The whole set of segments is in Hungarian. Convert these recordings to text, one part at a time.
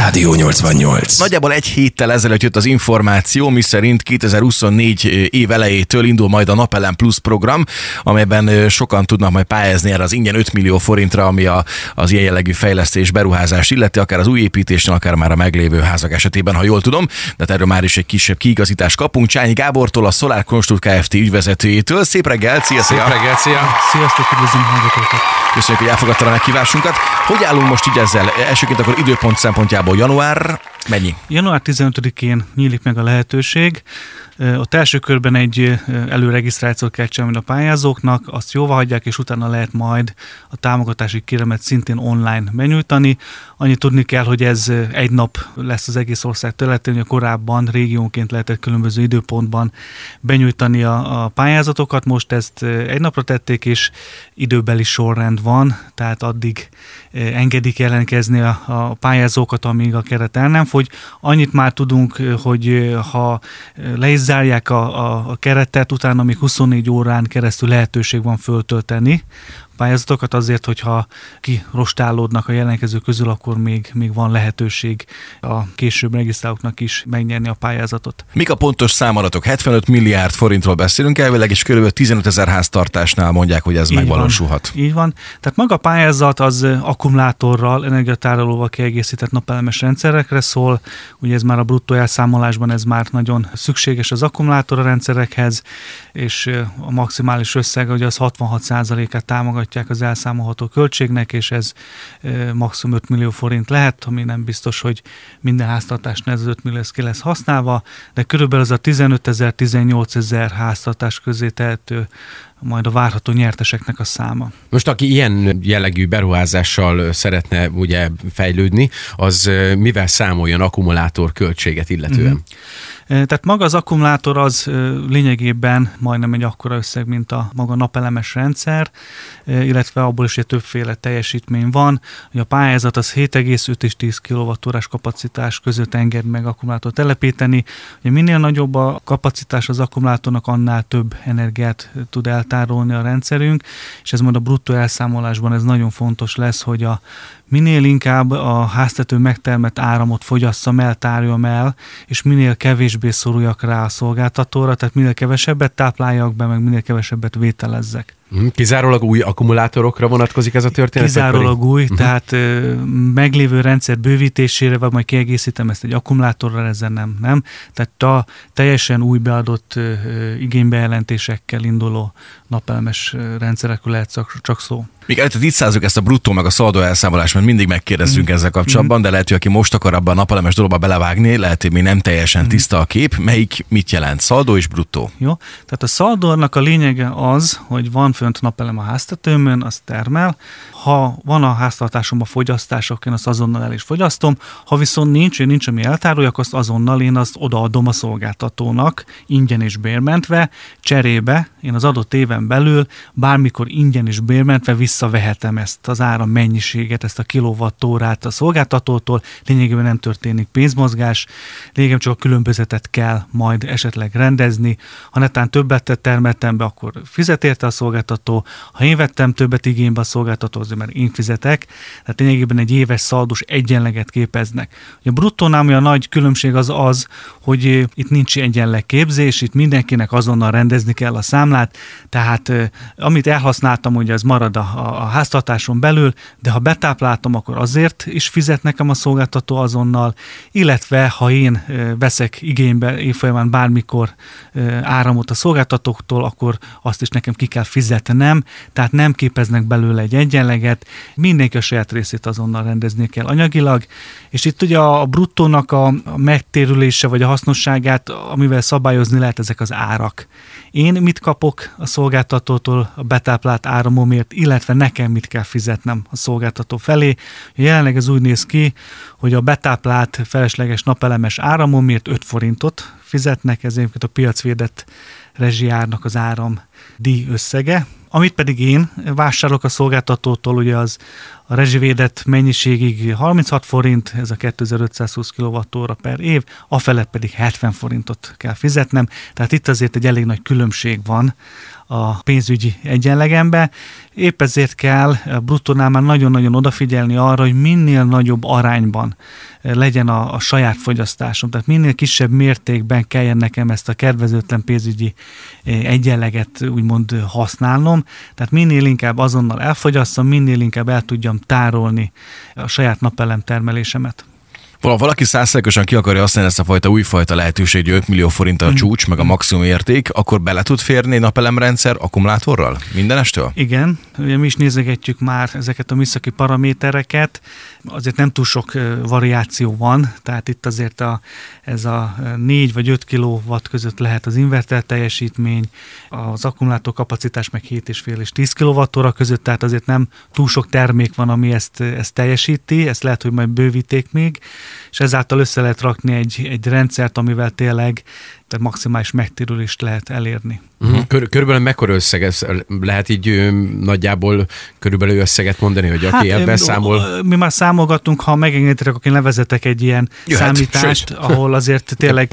Rádió 88. Nagyjából egy héttel ezelőtt jött az információ, miszerint 2024 év elejétől indul majd a Napelem Plus program, amelyben sokan tudnak majd pályázni erre az ingyen 5 millió forintra, ami az ilyen jellegű fejlesztés, beruházás illeti, akár az új építésnél, akár már a meglévő házak esetében, ha jól tudom, de erről már is egy kisebb kiigazítást kapunk. Csányi Gábortól, a Solar Construct Kft. Ügyvezetőjétől. Szép reggelt, szia! Szép reggelt, szia! Sziasztok, üdvözlöm hallgatókat! Köszönjük, hogy elfogadtad a meghívásunkat. Hogy állunk most így ezzel? Elsőként akkor időpont szempontjából január mennyi? Január 15-én nyílik meg a lehetőség. Ott első körben egy előregisztrációt kell csinálni a pályázóknak, azt jóváhagyják, és utána lehet majd a támogatási kéremet szintén online benyújtani. Annyit tudni kell, hogy ez egy nap lesz az egész ország területén, hogy korábban régiónként lehetett különböző időpontban benyújtani a pályázatokat. Most ezt egy napra tették, és időbeli sorrend van, tehát addig engedik jelentkezni a pályázókat, amíg a keret el nem fogy. Annyit már tudunk, hogy ha le is zárják a keretet, utána még 24 órán keresztül lehetőség van föltölteni pályázatokat, azért, hogyha kirostálódnak a jelentkezők közül, akkor még van lehetőség a később regisztrálóknak is megnyerni a pályázatot. Mik a pontos számadatok? 75 milliárd forintról beszélünk elvileg, és kb. 15 000 háztartásnál mondják, hogy ez megvalósulhat. Így van. Tehát maga a pályázat az akkumulátorral, energiatárolóval kiegészített napelemes rendszerekre szól. Ugye ez már a bruttó elszámolásban ez már nagyon szükséges az akkumulátorrendszerekhez, és a maximális összeg ugye az 66%-át támogatják az elszámolható költségnek, és ez maximum 5 millió forint lehet, ami nem biztos, hogy minden háztartásnál ez 5 millió ki lesz használva, de körülbelül az a 15 000, 18 000 háztartás közé tehető majd a várható nyerteseknek a száma. Most aki ilyen jellegű beruházással szeretne ugye fejlődni, az mivel számoljon akkumulátor költséget illetően? Tehát maga az akkumulátor az lényegében majdnem egy akkora összeg, mint a maga napelemes rendszer, illetve abból is többféle teljesítmény van. A pályázat az 7,5 és 10 kWh kapacitás között enged meg akkumulátort telepíteni. Ugye minél nagyobb a kapacitás az akkumulátornak, annál több energiát tud eltárolni a rendszerünk, és ez majd a bruttó elszámolásban ez nagyon fontos lesz, hogy minél inkább a háztető megtermelt áramot fogyasszam el, tárjam el, és minél kevésbé szoruljak rá a szolgáltatóra, tehát minél kevesebbet tápláljak be, meg minél kevesebbet vételezzek. Kizárólag új akkumulátorokra vonatkozik ez a történet? Kizárólag új, tehát meglévő rendszer bővítésére, vagy majd kiegészítem ezt egy akkumulátorral, ezzel nem. Tehát a teljesen új beadott igénybejelentésekkel induló napelemes rendszerekről lehet csak szó. Még előtt tisztázzuk ezt a bruttó meg a szaldó elszámolást, mert mindig megkérdezzünk ezzel kapcsolatban, de lehet, hogy aki most akar abban a napelemes dologba belevágni, lehet, hogy még nem teljesen tiszta a kép. Melyik mit jelent? Szaldó és bruttó? Jó, tehát a szaldónak a lényege az, hogy van fönt napelem a háztetőmön, az termel. Ha van a háztartásomban fogyasztás, akkor én azt azonnal el is fogyasztom. Ha viszont nincs, ami eltároljak, azt azonnal én azt odaadom a szolgáltatónak, ingyen és bérmentve, cserébe én az adott éven belül bármikor ingyen és bérmentve visszavehetem ezt az áram mennyiséget, ezt a kilowattórát a szolgáltatótól, lényegében nem történik pénzmozgás, lényegében csak a különbözetet kell majd esetleg rendezni. Ha netán többet termeltem be, akkor fizet érte a szolgáltató, ha én vettem többet igénybe a szolgáltató, azért mert én fizetek, tehát lényegében egy éves szaldós egyenleget képeznek. A bruttónál a nagy különbség az, hogy itt nincs egyenleg képzés, itt mindenkinek azonnal rendezni kell a számlát, tehát amit elhasználtam, ugye az marad a háztartáson belül, de ha betápláltam, akkor azért is fizet nekem a szolgáltató azonnal, illetve ha én veszek igénybe évfolyamán bármikor áramot a szolgáltatóktól, akkor azt is nekem ki kell fizetnem, tehát nem képeznek belőle egy egyenleget, mindenki a saját részét azonnal rendezni kell anyagilag, és itt ugye a bruttónak a megtérülése vagy a hasznosságát, amivel szabályozni lehet, ezek az árak. Én mit kapok a szolgáltatótól a betáplált áramomért, illetve nekem mit kell fizetnem a szolgáltató felé. Jelenleg ez úgy néz ki, hogy a betáplált felesleges napelemes áramomért 5 forintot fizetnek, ez egyébként a piacvédett rezsiárnak az áram díj összege. Amit pedig én vásárolok a szolgáltatótól, ugye az a rezsivédett mennyiségig 36 forint, ez a 2520 kWh per év, afelett pedig 70 forintot kell fizetnem, tehát itt azért egy elég nagy különbség van a pénzügyi egyenlegembe. Épp ezért kell a bruttónál már nagyon-nagyon odafigyelni arra, hogy minél nagyobb arányban legyen a saját fogyasztásom. Tehát minél kisebb mértékben kelljen nekem ezt a kedvezőtlen pénzügyi egyenleget úgymond használnom. Tehát minél inkább azonnal elfogyasszam, minél inkább el tudjam tárolni a saját napelem termelésemet. Valaki 100%-osan ki akarja használni ezt a fajta újfajta lehetőség, hogy 5 millió forint a csúcs, meg a maximum érték, akkor bele tud férni napelemrendszer akkumulátorral mindenestől? Igen, ugye mi is nézegetjük már ezeket a műszaki paramétereket, azért nem túl sok variáció van, tehát itt azért ez a 4 vagy 5 kW között lehet az inverter teljesítmény, az akkumulátor kapacitás meg 7,5 és 10 kWh között, tehát azért nem túl sok termék van, ami ezt teljesíti, ezt lehet, hogy majd bővíték még, és ezáltal össze lehet rakni egy rendszert, amivel tényleg maximális megtérülést lehet elérni. Körülbelül mekkora összeget lehet így nagyjából körülbelül összeget mondani, hogy aki ebben számol? Mi már számolgatunk, ha megengeditek, akkor én levezetek egy ilyen számítást, ahol azért tényleg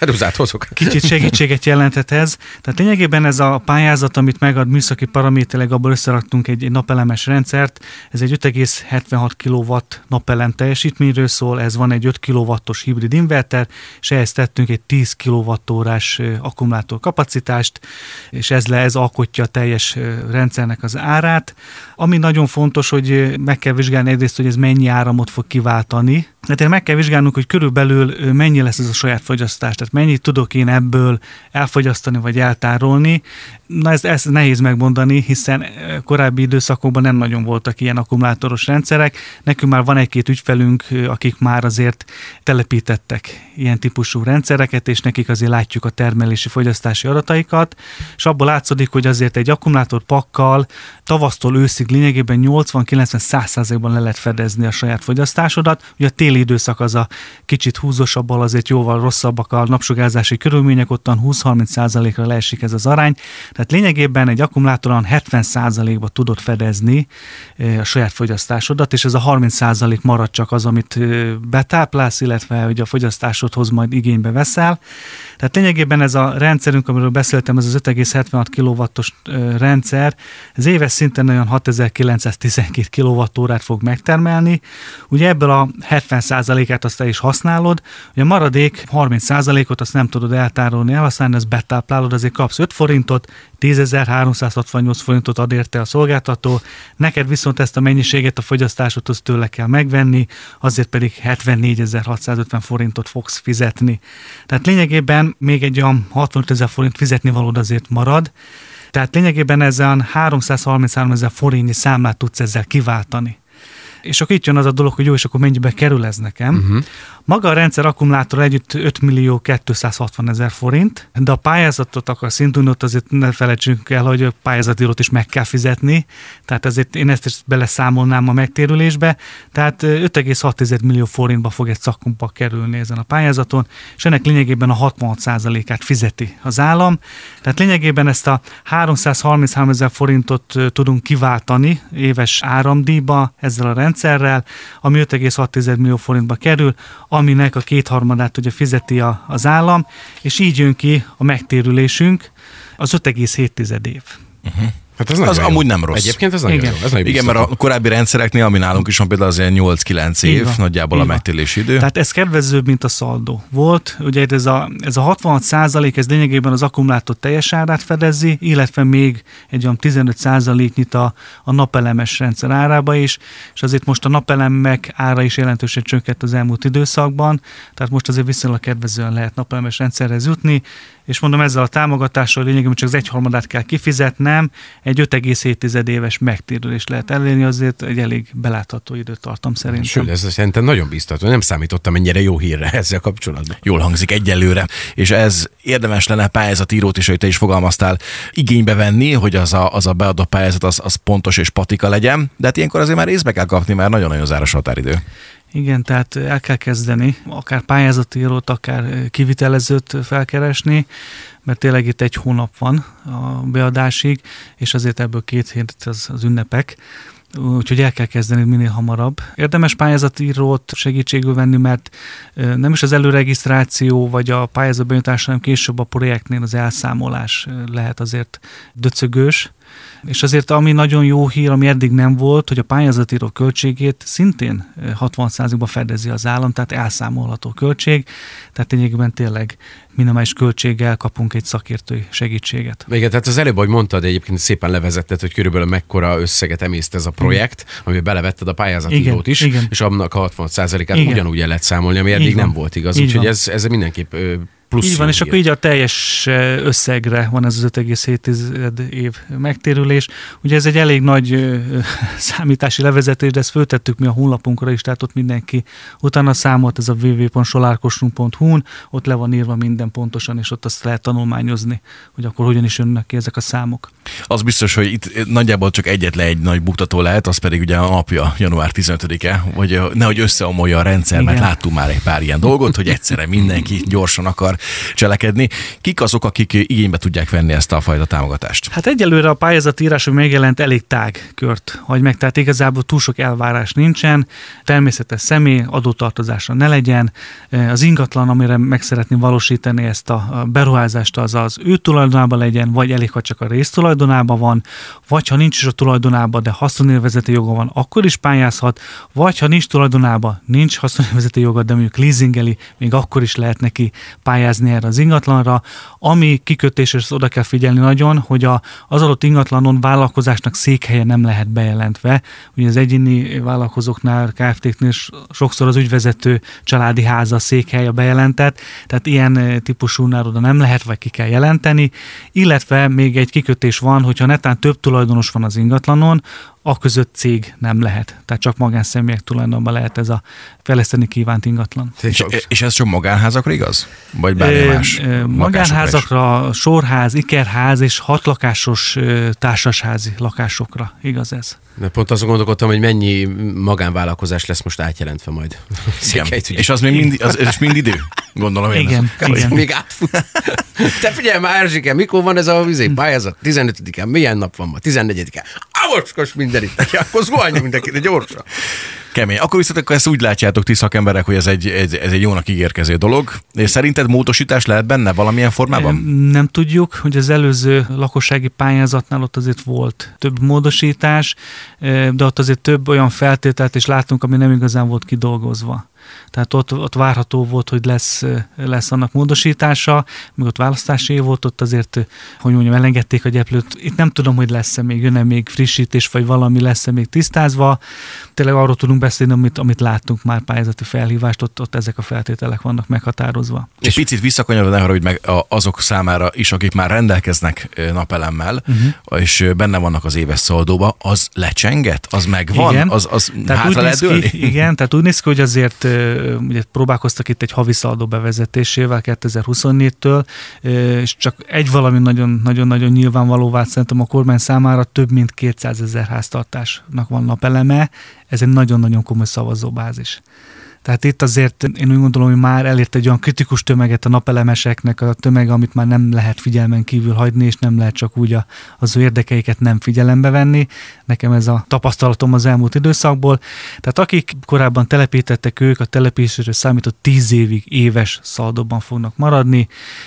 kicsit segítséget jelenthet ez. Tehát lényegében ez a pályázat, amit megad műszaki paraméterleg, abból összeraktunk egy napelemes rendszert, ez egy 5,76 kW napelem teljesítményről szól, ez van egy 5 kW-os hibrid inverter, és ehhez tettünk egy 10 kWh akkumulátor kapacitást, és ez alkotja a teljes rendszernek az árát. Ami nagyon fontos, hogy meg kell vizsgálni egyrészt, hogy ez mennyi áramot fog kiváltani. Tehát meg kell vizsgálnunk, hogy körülbelül mennyi lesz ez a saját fogyasztás, tehát mennyit tudok én ebből elfogyasztani vagy eltárolni. Na ez nehéz megmondani, hiszen korábbi időszakokban nem nagyon voltak ilyen akkumulátoros rendszerek. Nekünk már van egy-két ügyfelünk, akik már azért telepítettek ilyen típusú rendszereket, és nekik azért látjuk a termelési fogyasztási adataikat, és abból látszódik, hogy azért egy akkumulátorpakkal tavasztól őszig lényegében 80-90-100%-ban le lehet fedezni a saját fogyasztásodat. Ugye a téli időszak az a kicsit húzósabbal, azért jóval rosszabbak a napsugárzási körülmények, ottan 20-30%-ra leesik ez az arány. Tehát lényegében egy akkumulátoron 70%-ba tudod fedezni a saját fogyasztásodat, és ez a 30% marad csak az, amit betáplálsz, illetve hogy a fogyasztásodhoz majd igénybe veszel. Tehát lényegében ez a rendszerünk, amiről beszéltem, ez az 5,76 kW-os rendszer, ez éves szinten olyan 6912 kWh-t fog megtermelni. Ugye ebből a 70%-át azt te is használod, ugye a maradék 30%-ot azt nem tudod eltárolni, elhasználni, azt betáplálod, azért kapsz 5 forintot, 10.368 forintot ad érte a szolgáltató, neked viszont ezt a mennyiséget a fogyasztásodhoz tőle kell megvenni, azért pedig 74.650 forintot fogsz fizetni. Tehát lényegében még egy olyan 65 000 forint fizetni valód azért marad, tehát lényegében ezen 333 000 forintnyi számlát tudsz ezzel kiváltani. És akkor itt jön az a dolog, hogy jó, és akkor mennyibe kerül ez nekem. Maga a rendszer akkumulátor együtt 5.260.000 forint, de a pályázatot akarsz indulni, ott azért ne felejtsünk el, hogy a pályázatírót is meg kell fizetni, tehát ezért én ezt is beleszámolnám a megtérülésbe, tehát 5,6 millió forintba fog egy szakkumpa kerülni ezen a pályázaton, és ennek lényegében a 66%-át fizeti az állam, tehát lényegében ezt a 333 000 forintot tudunk kiváltani éves áramdíjba ezzel a rendszerrel, ami 5,6 millió forintba kerül, aminek a 2/3 ugye fizeti az állam, és így jön ki a megtérülésünk az 5,7 év. Hát az amúgy nem rossz. Egyébként ez nagyon jó. Igen, mert a korábbi rendszereknél, ami nálunk is van, például az ilyen 8-9 év nagyjából a megtérési idő. Tehát ez kedvezőbb, mint a szaldó volt. Ugye ez a 66%, ez lényegében az akkumulátor teljes árát fedezi, illetve még egy olyan 15%-nyit a napelemes rendszer árába is, és azért most a napelemek ára is jelentősen csökkent az elmúlt időszakban, tehát most azért viszonylag kedvezően lehet napelemes rendszerhez jutni, és mondom, ezzel a támogatással lényegében csak az 1/3 kell kifizetnem, egy 5,7 éves megtérülést lehet elérni, azért egy elég belátható időtartam szerintem. Sőt, ez szerintem nagyon biztató. Nem számítottam ennyire jó hírre ezzel kapcsolatban. Jól hangzik egyelőre, és ez érdemes lenne pályázatírót is, hogy te is fogalmaztál, igénybe venni, hogy az a beadott pályázat az pontos és patika legyen, de hát ilyenkor azért már észbe kell kapni, mert nagyon-nagyon záros határidő. Igen, tehát el kell kezdeni, akár pályázatírót, akár kivitelezőt felkeresni, mert tényleg itt 1 hónap van a beadásig, és azért ebből 2 hét az ünnepek. úgyhogy el kell kezdeni minél hamarabb. Érdemes pályázatírót segítségül venni, mert nem is az előregisztráció vagy a pályázatbenyújtás, hanem később a projektnél az elszámolás lehet azért döcögős. És azért ami nagyon jó hír, ami eddig nem volt, hogy a pályázatíró költségét szintén 60%-ban fedezi az állam, tehát elszámolható költség, tehát lényegében tényleg minimális költséggel kapunk egy szakértői segítséget. Igen, tehát az előbb, hogy mondtad, egyébként szépen levezetted, hogy körülbelül mekkora összeget emészt ez a projekt, amiben belevetted a pályázatírót is, és annak a 60%-át ugyanúgy el lehet számolni, ami eddig nem volt igaz. Úgyhogy ez mindenképp plusz. Így van, és akkor így a teljes összegre van ez az 5,7 év megtérülés. Ugye ez egy elég nagy számítási levezetés, de ezt föltettük mi a honlapunkra is, tehát ott mindenki utána számolt, ez a www.solarkossuth.hu-n, ott le van írva minden pontosan, és ott azt lehet tanulmányozni, hogy akkor hogyan is jönnek ki ezek a számok. Az biztos, hogy itt nagyjából csak egyetlen egy nagy buktató lehet, az pedig ugye a napja, január 15-e, vagy nehogy összeomolja a rendszer, mert láttunk már egy pár ilyen dolgot, hogy egyszerre mindenki gyorsan akar cselekedni. Kik azok, akik igénybe tudják venni ezt a fajta támogatást? Hát egyelőre a pályázatírás, ami megjelent, elég tág kört hagy meg, tehát igazából túl sok elvárás nincsen, természetes személy, adótartozása ne legyen, az ingatlan, amire meg szeretném valósítani ezt a beruházást, az ő tulajdonában legyen, vagy elég, ha csak a rész tulajdonában van, vagy ha nincs is a tulajdonában, de haszonélvezeti joga van, akkor is pályázhat, vagy ha nincs tulajdonában, nincs haszonélvezeti joga, de mondjuk leasingeli, még akkor is lehet neki pályázni erre az ingatlanra. Ami kikötés, és oda kell figyelni nagyon, hogy az adott ingatlanon vállalkozásnak székhelye nem lehet bejelentve. Ugye az egyéni vállalkozóknál, Kft-knél sokszor az ügyvezető családi háza székhelye bejelentett, tehát ilyen típusúnál oda nem lehet, vagy ki kell jelenteni. Illetve még egy kikötés van, hogyha netán több tulajdonos van az ingatlanon, között cég nem lehet. Tehát csak magánszemélyek tulajdonban lehet ez a fejleszteni kívánt ingatlan. És ez csak magánházakra igaz? Vagy bármi más? Magánházakra, sorház, ikerház és 6 lakásos társasházi lakásokra igaz ez. De pont azon gondolkodtam, hogy mennyi magánvállalkozás lesz most átjelentve majd. És az még mind idő? Gondolom én. Igen. Még átfut. Te figyelj már, Erzsike, mikor van ez a pályázat? 15-en, milyen nap van ma? 14-en. Avoskos mindenit, akkor zuhanjunk mindenki, de gyorsan. Kemény. Akkor viszont ezt úgy látjátok ti szakemberek, hogy ez egy jónak ígérkező dolog. És szerinted módosítás lehet benne valamilyen formában? Nem tudjuk, hogy az előző lakossági pályázatnál ott azért volt több módosítás, de ott azért több olyan feltételt is látunk, ami nem igazán volt kidolgozva. Tehát ott várható volt, hogy lesz annak módosítása, még ott választási év volt, ott azért, hogy mondjam, elengedték a gyeplőt. Itt nem tudom, hogy lesz-e még, jön-e még frissítés, vagy valami lesz-e még tisztázva. Tényleg arról tudunk beszélni, amit láttunk már pályázati felhívást, ott ezek a feltételek vannak meghatározva. És picit visszakanyarodva, ne haragudj meg azok számára is, akik már rendelkeznek napelemmel, és benne vannak az éves szaldóba, az lecsenget? Az megvan? Igen. Az hátra lehet dőlni? Igen, tehát úgy néz ki, hogy azért ugye próbálkoztak itt egy havi szaldó bevezetésével 2024-től, és csak egy valami nagyon-nagyon nyilvánvalóvá szerintem a kormány számára több mint 200 000 háztartásnak van napeleme, ez egy nagyon-nagyon komoly szavazóbázis. Tehát itt azért én úgy gondolom, hogy már elért egy olyan kritikus tömeget a napelemeseknek, a tömege, amit már nem lehet figyelmen kívül hagyni, és nem lehet csak úgy az ő érdekeiket nem figyelembe venni. Nekem ez a tapasztalatom az elmúlt időszakból. Tehát akik korábban telepítettek, ők a telepítésre számított 10 évig éves szaldóban fognak maradni,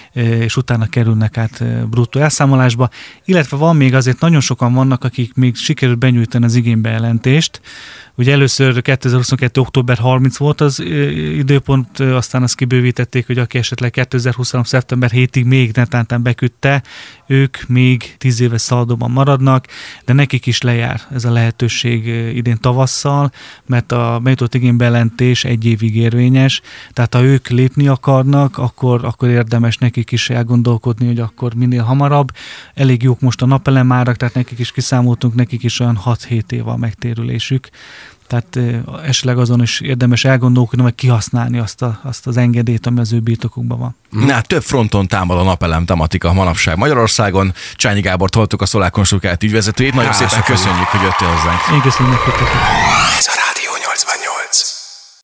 és utána kerülnek át bruttó elszámolásba. Illetve van még azért nagyon sokan vannak, akik még sikerült benyújtani az igénybejelentést. Ugye először 2022. október 30 volt az időpont, aztán azt kibővítették, hogy aki esetleg 2023. szeptember 7-ig még netántán beküldte, ők még 10 éves szaldóban maradnak, de nekik is lejár ez a lehetőség idén tavasszal, mert a bejutott igénybejelentés 1 évig érvényes, tehát ha ők lépni akarnak, akkor érdemes nekik is elgondolkodni, hogy akkor minél hamarabb. Elég jók most a napelemárak, tehát nekik is kiszámoltunk, nekik is olyan 6-7 év a megtérülésük. Tehát esetleg azon is érdemes elgondolkodni, vagy kihasználni azt az engedélyt, ami az ő birtokukban van. Na, több fronton támad a napelem tematika manapság Magyarországon. Csányi Gábort hallottuk, a Solar Kossuth Kft. Ügyvezetőjét. Nagyon szépen köszönjük, hogy jöttél hozzánk. Én köszönjük, hogy